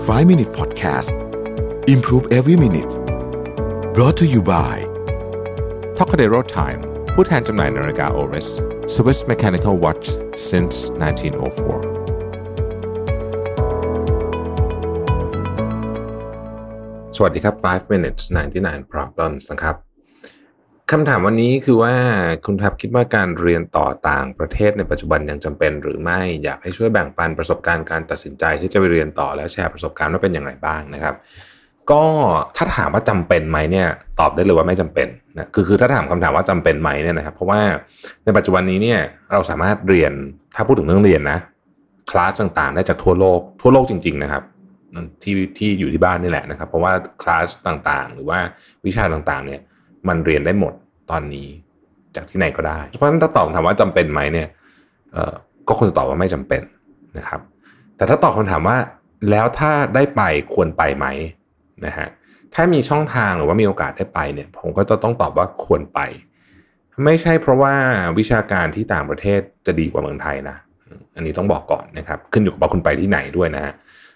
5 Minute Podcast Improve Every Minute brought to you by Tokadero Time ผู้แทนจำหน่ายนาฬิกา Oris Swiss Mechanical Watch since 1904สวัสดีครับ5 minutes 99 problems นะครับคำถามวันนี้คือว่าคุณทับคิดว่าการเรียนต่อต่างประเทศในปัจจุบันยังจำเป็นหรือไม่อยากให้ช่วยแบ่งปันประสบการณ์การตัดสินใจที่จะไปเรียนต่อและแชร์ประสบการณ์ว่าเป็นอย่างไรบ้างนะครับก็ถ้าถามว่าจำเป็นไหมเนี่ยตอบได้เลยว่าไม่จำเป็นนะคือถ้าถามคำถามว่าจำเป็นไหมเนี่ยนะครับเพราะว่าในปัจจุบันนี้เนี่ยเราสามารถเรียนถ้าพูดถึงเรื่องเรียนนะคลาสต่างๆได้จากทั่วโลกจริงๆนะครับที่อยู่ที่บ้านนี่แหละนะครับเพราะว่าคลาสต่างๆหรือว่าวิชาต่างๆเนี่ยมันเรียนได้หมดตอนนี้จากที่ไหนก็ได้เพราะฉะนั้นถ้าตอบถามว่าจำเป็นไหมเนี่ยก็ควรจะตอบว่าไม่จำเป็นนะครับแต่ถ้าตอบคำถามว่าแล้วถ้าได้ไปควรไปไหมนะฮะถ้ามีช่องทางหรือว่ามีโอกาสได้ไปเนี่ยผมก็จะต้องตอบว่าควรไปไม่ใช่เพราะว่าวิชาการที่ต่างประเทศจะดีกว่าเมืองไทยนะอันนี้ต้องบอกก่อนนะครับขึ้นอยู่กับว่าคุณไปที่ไหนด้วยนะฮะ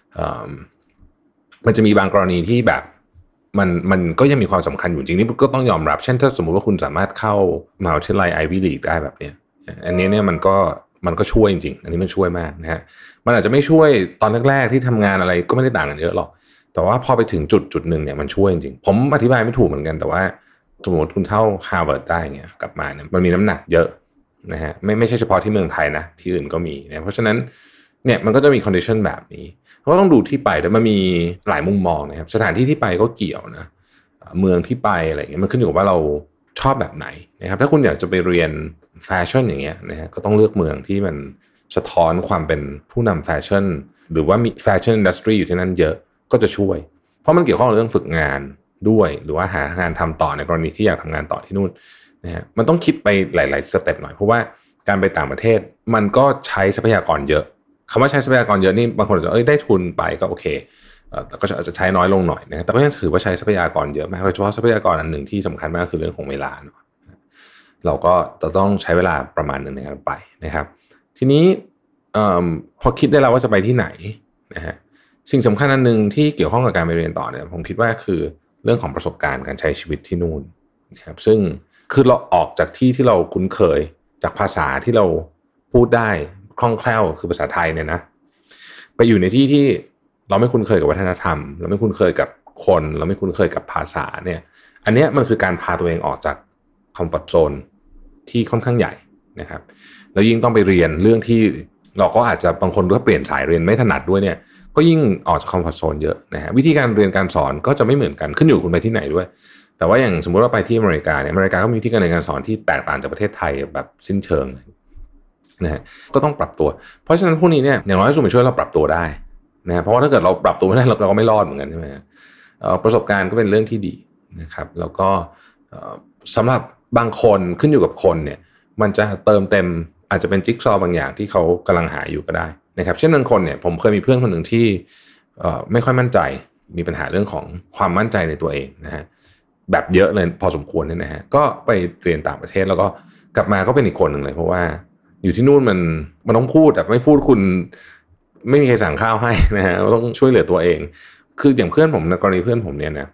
มันจะมีบางกรณีที่แบบมันก็ยังมีความสำคัญอยู่จริงนี่ก็ต้องยอมรับเช่นถ้าสมมุติว่าคุณสามารถเข้ามหาวิทยาลัย Ivy League ได้แบบเนี้ยอันนี้เนี่ยมันก็ช่วยจริงๆอันนี้มันช่วยมากนะฮะมันอาจจะไม่ช่วยตอนแรกๆที่ทำงานอะไรก็ไม่ได้ต่างกันเยอะหรอกแต่ว่าพอไปถึงจุดหนึ่งเนี่ยมันช่วยจริงๆผมอธิบายไม่ถูกเหมือนกันแต่ว่าสมมติคุณเข้า Harvard ได้เงี้ยกลับมาเนี่ยมันมีน้ำหนักเยอะนะฮะไม่ใช่เฉพาะที่เมืองไทยนะที่อื่นก็มีนะเพราะฉะนั้นเนี่ยมันก็จะมี condition แบบนี้ก็ต้องดูที่ไปแต่มันมีหลายมุมมองนะครับสถานที่ที่ไปก็เกี่ยวนะเมืองที่ไปอะไรอย่างเงี้ยมันขึ้นอยู่กับว่าเราชอบแบบไหนนะครับถ้าคุณอยากจะไปเรียนแฟชั่นอย่างเงี้ยนะฮะก็ต้องเลือกเมืองที่มันสะท้อนความเป็นผู้นำแฟชั่นหรือว่ามีแฟชั่นอินดัสทรีอยู่ที่นั่นเยอะก็จะช่วยเพราะมันเกี่ยวข้องกับเรื่องฝึกงานด้วยหรือว่าหางานทำต่อในกรณีที่อยากทำงานต่อที่นู่นนะฮะมันต้องคิดไปหลายๆสเต็ปหน่อยเพราะว่าการไปต่างประเทศมันก็ใช้ทรัพยากรเยอะคำว่าใช้ทรัพยากรเยอะนี่บางคนอาจจะได้ทุนไปก็โอเคแต่ก็อาจจะใช้น้อยลงหน่อยนะแต่ก็ยังถือว่าใช้ทรัพยากรเยอะมากโดยเฉพาะทรัพยากรอันหนึ่งที่สำคัญมากคือเรื่องของเวลาเราก็ต้องใช้เวลาประมาณนึงในการไปนะครับทีนี้พอคิดได้แล้วว่าจะไปที่ไหนนะฮะสิ่งสำคัญอันนึงที่เกี่ยวข้องกับการไปเรียนต่อเนี่ยผมคิดว่าคือเรื่องของประสบการณ์การใช้ชีวิตที่นู่นนะครับซึ่งคือเราออกจากที่เราคุ้นเคยจากภาษาที่เราพูดได้คล่องแคล่วคือภาษาไทยเนี่ยนะไปอยู่ในที่เราไม่คุ้นเคยกับวัฒนธรรมเราไม่คุ้นเคยกับคนเราไม่คุ้นเคยกับภาษาเนี่ยอันเนี้ยมันคือการพาตัวเองออกจากคอมฟอร์ตโซนที่ค่อนข้างใหญ่นะครับแล้วยิ่งต้องไปเรียนเรื่องที่เราก็อาจจะบางคนก็เปลี่ยนสายเรียนไม่ถนัดด้วยเนี่ยก็ยิ่งออกจากคอมฟอร์ตโซนเยอะนะฮะวิธีการเรียนการสอนก็จะไม่เหมือนกันขึ้นอยู่คุณไปที่ไหนด้วยแต่ว่าอย่างสมมติว่าไปที่อเมริกาเนี่ยอเมริกาก็มีวิธีการเรียนการสอนที่แตกต่างจากประเทศไทยแบบสิ้นเชิงนะฮะก็ต้องปรับตัวเพราะฉะนั้นพวกนี้เนี่ยอย่างน้อยที่สุดมันช่วยเราปรับตัวได้นะเพราะว่าถ้าเกิดเราปรับตัวไม่ได้เราก็ไม่รอดเหมือนกันใช่ไหมประสบการณ์ก็เป็นเรื่องที่ดีนะครับแล้วก็สำหรับบางคนขึ้นอยู่กับคนเนี่ยมันจะเติมเต็มอาจจะเป็นจิ๊กซอว์บางอย่างที่เขากำลังหาอยู่ก็ได้นะครับเช่นบางคนเนี่ยผมเคยมีเพื่อนคนหนึ่งที่ไม่ค่อยมั่นใจมีปัญหาเรื่องของความมั่นใจในตัวเองนะฮะแบบเยอะเลยพอสมควรเนี่ยนะฮะก็ไปเรียนต่างประเทศแล้วก็กลับมาก็เป็นอีกคนหนึ่งเลยเพราะว่าอยู่ที่นู่นมันต้องพูดแต่ไม่พูดคุณไม่มีใครสั่งข้าวให้นะฮะต้องช่วยเหลือตัวเองคืออย่างเพื่อนผมในกรณีเพื่อนผมเนี่ยนะ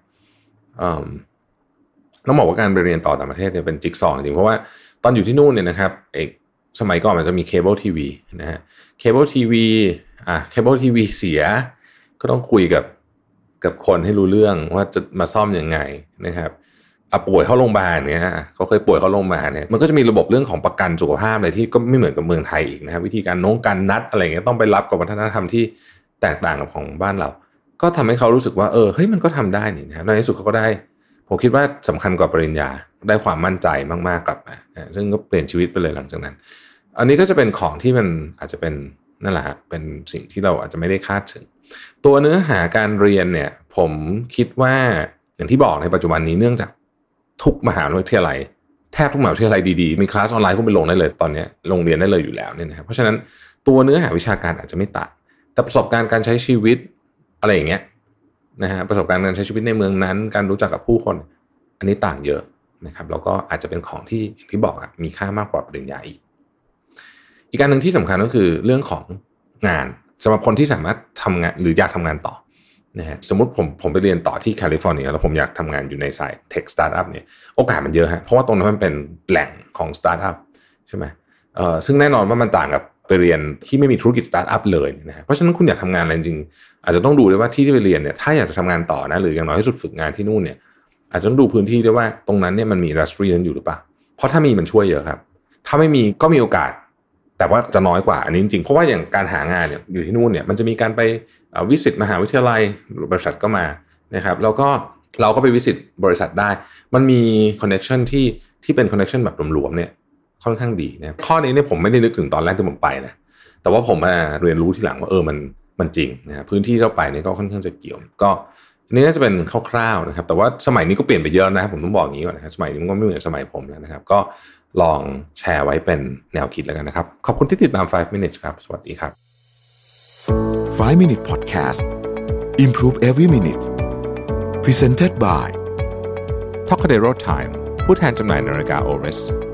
ต้องบอกว่าการไปเรียนต่อต่างประเทศเนี่ยเป็นจิ๊กซอว์จริงเพราะว่าตอนอยู่ที่นู่นเนี่ยนะครับสมัยก่อนมันจะมีเคเบิลทีวีนะฮะเคเบิลทีวีเสียก็ต้องคุยกับคนให้รู้เรื่องว่าจะมาซ่อมยังไงนะครับป่วยเข้าโรงพยาบาลเนี่ยเขาเคยป่วยเข้าโรงพยาบาลเนี่ยมันก็จะมีระบบเรื่องของประกันสุขภาพอะไรที่ก็ไม่เหมือนกับเมืองไทยอีกนะครับวิธีการการนัดอะไรเงี้ยต้องไปรับกับวัฒนธรรมที่แตกต่างกับของบ้านเราก็ทำให้เขารู้สึกว่าเฮ้ยมันก็ทำได้นี่นะในที่สุดเขาก็ได้ผมคิดว่าสำคัญกว่าปริญญาได้ความมั่นใจมากๆกลับมาซึ่งก็เปลี่ยนชีวิตไปเลยหลังจากนั้นอันนี้ก็จะเป็นของที่มันอาจจะเป็นนั่นแหละฮะเป็นสิ่งที่เราอาจจะไม่ได้คาดถึงตัวเนื้อหาการเรียนเนี่ยผมคิดว่าอย่างที่บอกในปัจจุบันนี้เนื่องจากทุกมหาวิทยาลัยแทบทุกมหาวิทยาลัยดีๆมีคลาสออนไลน์คุณไปลงได้เลยตอนนี้ลงเรียนได้เลยอยู่แล้วเนี่ยนะครับเพราะฉะนั้นตัวเนื้อหาวิชาการอาจจะไม่ต่างแต่ประสบการณ์การใช้ชีวิตอะไรอย่างเงี้ยนะฮะประสบการณ์การใช้ชีวิตในเมืองนั้นการรู้จักกับผู้คนอันนี้ต่างเยอะนะครับแล้วก็อาจจะเป็นของที่อย่างที่บอกมีค่ามากกว่าปริญญาอีกการหนึ่งที่สำคัญก็คือเรื่องของงานสำหรับคนที่สามารถทำงานหรืออยากทำงานต่อนะฮะสมมุติผมไปเรียนต่อที่แคลิฟอร์เนียแล้วผมอยากทำงานอยู่ในสายเทคสตาร์ทอัพเนี่ยโอกาสมันเยอะฮะเพราะว่าตรงนั้นมันเป็นแหล่งของสตาร์ทอัพใช่ไหมซึ่งแน่นอนว่ามันต่างกับไปเรียนที่ไม่มีธุรกิจสตาร์ทอัพเลยนะฮะเพราะฉะนั้นคุณอยากทำงานอะไรจริงอาจจะต้องดูด้วยว่าที่ไปเรียนเนี่ยถ้าอยากจะทำงานต่อนะหรืออย่างน้อยที่สุดฝึกงานที่นู่นเนี่ยอาจจะต้องดูพื้นที่ด้วยว่าตรงนั้นเนี่ยมันมีอินดัสทรีนั้นอยู่หรือเปล่าเพราะถ้ามีมันช่วยเยอะครับถ้าไม่มีก็มีโอกาสแต่ว่าจะน้อยกว่าอันนี้จริงๆเพราะว่าอย่างการหางานเนี่ยอยู่ที่นู่นเนี่ยมันจะมีการไปวิสิตมหาวิทยาลัยหรือบริษัทก็มานะครับแล้วก็เราก็ไปวิสิตบริษัทได้มันมีคอนเนคชั่นที่เป็นคอนเนคชั่นแบบรวมๆเนี่ยค่อนข้างดีนะข้อนี้เนี่ยผมไม่ได้นึกถึงตอนแรกที่ผมไปนะแต่ว่าผมเรียนรู้ทีหลังว่ามันจริงนะพื้นที่ที่เราไปเนี่ยก็ค่อนข้างจะเกี่ยวก็อันนี้น่าจะเป็นคร่าวๆนะครับแต่ว่าสมัยนี้ก็เปลี่ยนไปเยอะนะครับผมต้องบอกอย่างนี้ก่อนนะครับสมัยนี้มันก็ไม่เหมือนสมัยผมแล้วนะครับก็ลองแชร์ไว้เป็นแนวคิดแล้วกันนะครับขอบคุณที่ติดตาม5 minutes ครับสวัสดีครับ 5 minute podcast improve every minute presented by Tokadero Time ผู้แทนจำหน่ายนาฬิกา Oris